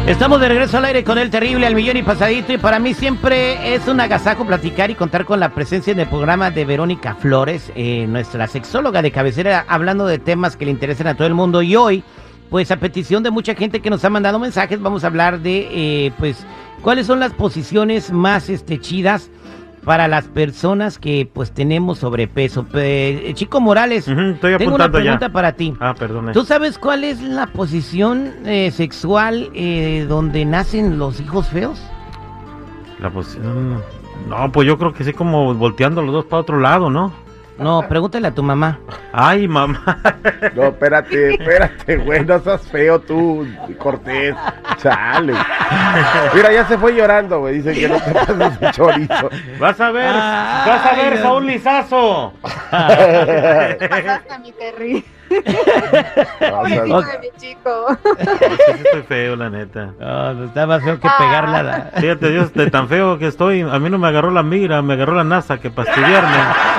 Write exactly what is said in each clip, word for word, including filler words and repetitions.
Estamos de regreso al aire con el terrible al millón y pasadito, y para mí siempre es un agasajo platicar y contar con la presencia en el programa de Verónica Flores, eh, nuestra sexóloga de cabecera, hablando de temas que le interesan a todo el mundo. Y hoy, pues a petición de mucha gente que nos ha mandado mensajes, vamos a hablar de, eh, pues, cuáles son las posiciones más este, chidas para las personas que pues tenemos sobrepeso. Eh, Chico Morales, uh-huh, estoy tengo una pregunta ya. para ti. Ah, perdón. ¿Tú sabes cuál es la posición eh, sexual eh, donde nacen los hijos feos? La posición... No, pues yo creo que sí, como volteando los dos para otro lado, ¿no? No, pregúntale a tu mamá. Ay, mamá. No, espérate, espérate, güey, no seas feo tú, Cortés. Chale. Mira, ya se fue llorando, güey, dice que no te pases de chorizo. Vas a ver, Ay, vas a ver, Dios. Saúl Lizazo. Pasaste, mi Terry. Pobrecito Ok. de mi chico. Sí, sí estoy feo, la neta. No, no está más feo que pegarla. La... Fíjate, Dios, de tan feo que estoy, a mí no me agarró la migra, me agarró la NASA, que para estudiarme.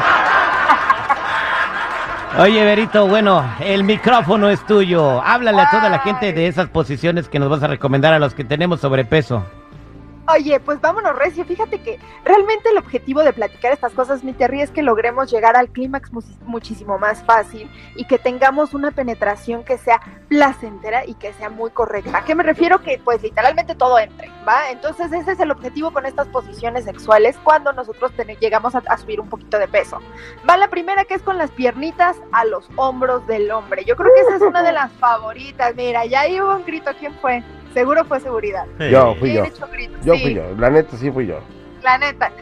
Oye, Berito, bueno, el micrófono es tuyo. Háblale a toda la gente de esas posiciones que nos vas a recomendar a los que tenemos sobrepeso. Oye, pues vámonos, Recio. Fíjate que realmente el objetivo de platicar estas cosas, mi Terry, es que logremos llegar al clímax mu- muchísimo más fácil y que tengamos una penetración que sea placentera y que sea muy correcta. ¿A qué me refiero? Que pues literalmente todo entre, ¿va? Entonces ese es el objetivo con estas posiciones sexuales cuando nosotros ten- llegamos a, a subir un poquito de peso. Va la primera, que es con las piernitas a los hombros del hombre. Yo creo que esa es una de las favoritas. Mira, ya ahí hubo un grito. ¿Quién fue? Seguro fue seguridad. Yo, fui yo. ¿Quién echó grito? Yo Sí. fui yo, la neta sí fui yo. La neta.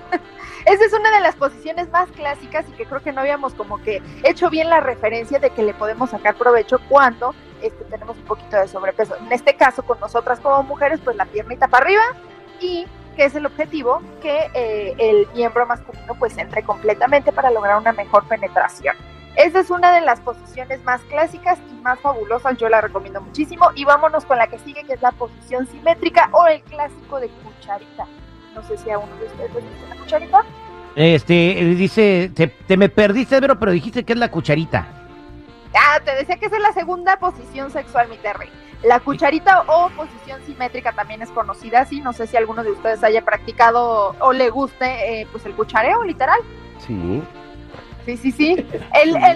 Esa es una de las posiciones más clásicas y que creo que no habíamos como que hecho bien la referencia de que le podemos sacar provecho cuando este, tenemos un poquito de sobrepeso. En este caso, con nosotras como mujeres, pues la piernita para arriba y que es el objetivo, que eh, el miembro masculino pues entre completamente para lograr una mejor penetración. Esa es una de las posiciones más clásicas y más fabulosas, yo la recomiendo muchísimo. Y vámonos con la que sigue, que es la posición simétrica o el clásico de cucharita. No sé si a uno de ustedes les gusta la cucharita. Este, dice, te, te me perdiste, pero, pero dijiste que es la cucharita. Ah, te decía que esa es la segunda posición sexual, mi Terry. La cucharita o posición simétrica también es conocida así. No sé si alguno de ustedes haya practicado o le guste eh, pues el cuchareo, literal. Sí. Sí, sí, sí. El, el...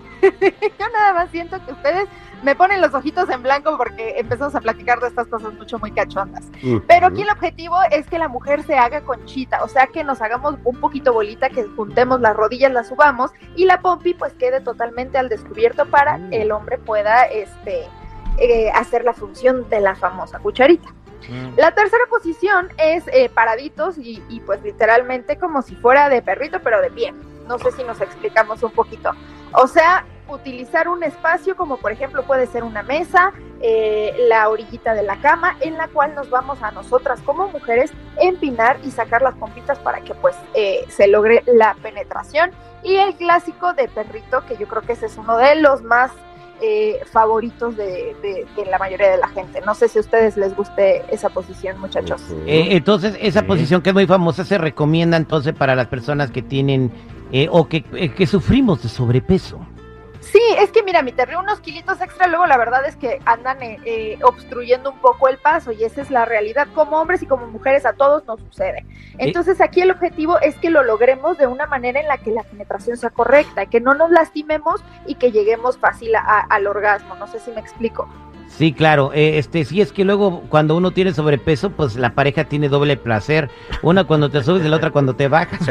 Yo nada más siento que ustedes me ponen los ojitos en blanco porque empezamos a platicar de estas cosas mucho muy cachondas. Uh-huh. Pero aquí el objetivo es que la mujer se haga conchita, o sea que nos hagamos un poquito bolita, que juntemos las rodillas, las subamos y la pompi pues quede totalmente al descubierto para Uh-huh. que el hombre pueda este, eh, hacer la función de la famosa cucharita. La tercera posición es eh, paraditos y, y pues literalmente como si fuera de perrito pero de pie. No sé si nos explicamos un poquito. O sea, utilizar un espacio como por ejemplo puede ser una mesa, eh, la orillita de la cama, en la cual nos vamos a nosotras como mujeres empinar y sacar las pompitas para que pues eh, se logre la penetración. Y el clásico de perrito, que yo creo que ese es uno de los más eh, favoritos de, de, de la mayoría de la gente. No sé si a ustedes les guste esa posición, muchachos. Uh-huh. Eh, entonces, esa Sí. posición que es muy famosa se recomienda entonces para las personas que tienen eh, o que, eh, que sufrimos de sobrepeso. Sí, es que mira, mi Terry, unos kilitos extra luego la verdad es que andan eh, eh, obstruyendo un poco el paso y esa es la realidad. Como hombres y como mujeres a todos nos sucede. Entonces aquí el objetivo es que lo logremos de una manera en la que la penetración sea correcta, que no nos lastimemos y que lleguemos fácil a, a, al orgasmo. No sé si me explico. Sí, claro, eh, este, sí es que luego cuando uno tiene sobrepeso, pues la pareja tiene doble placer. Una cuando te subes y la otra cuando te bajas.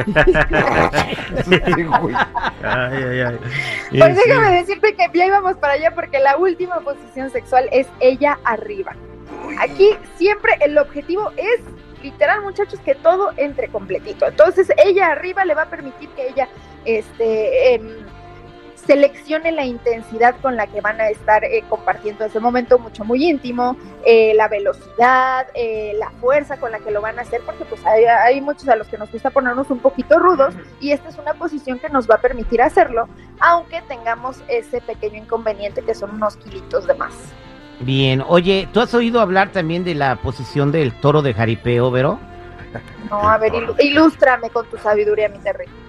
Sí, güey. Ay, ay, ay. Y Pues sí. déjame decirte que ya íbamos para allá porque la última posición sexual es ella arriba. Aquí siempre el objetivo es, literal, muchachos, que todo entre completito. Entonces ella arriba le va a permitir que ella este, eh, seleccione la intensidad con la que van a estar eh, compartiendo ese momento mucho muy íntimo, eh, la velocidad, eh, la fuerza con la que lo van a hacer, porque pues hay, hay muchos a los que nos gusta ponernos un poquito rudos y esta es una posición que nos va a permitir hacerlo, aunque tengamos ese pequeño inconveniente que son unos kilitos de más. Bien, oye, ¿tú has oído hablar también de la posición del toro de jaripeo, Vero? No, a ver, il- ilústrame con tu sabiduría, mi Terry.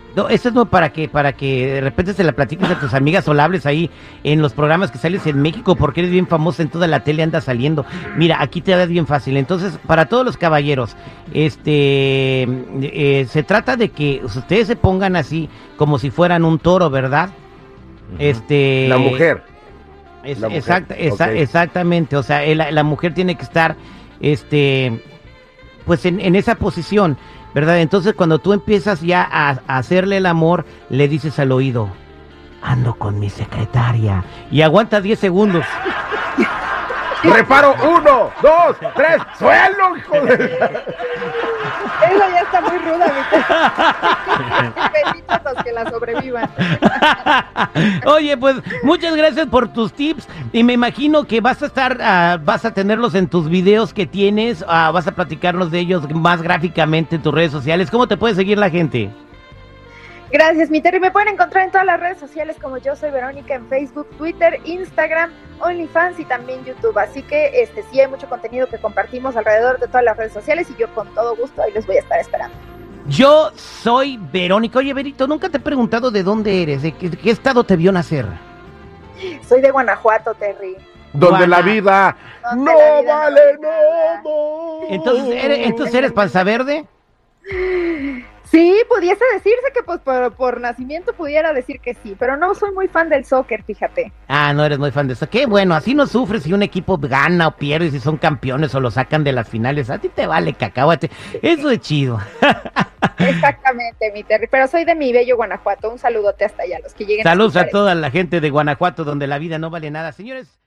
No, eso es no para que, para que de repente se la platiques a tus amigas o la hables ahí en los programas que sales en México, porque eres bien famosa en toda la tele, anda saliendo. Mira, aquí te da bien fácil. Entonces, para todos los caballeros, este, eh, se trata de que ustedes se pongan así, como si fueran un toro, ¿verdad? Ujú. Este. La mujer. Es, La mujer, exacta, exa- ok. Exactamente, o sea, la, la mujer tiene que estar, este, pues en, en esa posición, ¿verdad? Entonces cuando tú empiezas ya a, a hacerle el amor, le dices al oído, ando con mi secretaria, y aguanta diez segundos. Reparo, uno, dos, tres, suelo, hijo de... Eso ya está muy ruda, mi Benditos los que la sobrevivan. Oye, pues muchas gracias por tus tips y me imagino que vas a estar, ah, vas a tenerlos en tus videos que tienes, ah, vas a platicarnos de ellos más gráficamente en tus redes sociales. ¿Cómo te puede seguir la gente? Gracias, mi Terry. Me pueden encontrar en todas las redes sociales como Yo Soy Verónica en Facebook, Twitter, Instagram, OnlyFans y también YouTube. Así que este sí hay mucho contenido que compartimos alrededor de todas las redes sociales y yo con todo gusto ahí los voy a estar esperando. Yo soy Verónica. Oye, Verito, nunca te he preguntado de dónde eres, de qué, de qué estado te vio nacer. Soy de Guanajuato, Terry. Donde la Guana- vida Donde no la vida no vale vale nada. nada. Entonces, ¿eres, entonces eres panza verde? Sí, pudiese decirse que pues por, por nacimiento pudiera decir que sí, pero no soy muy fan del soccer, fíjate. Ah, no eres muy fan de eso. Qué bueno, así no sufres si un equipo gana o pierde, si son campeones o lo sacan de las finales. A ti te vale cacahuate. Eso es chido. Exactamente, mi Terry, pero soy de mi bello Guanajuato. Un saludote hasta allá, los que lleguen. Saludos a escuchar esto. toda la gente de Guanajuato, donde la vida no vale nada. Señores.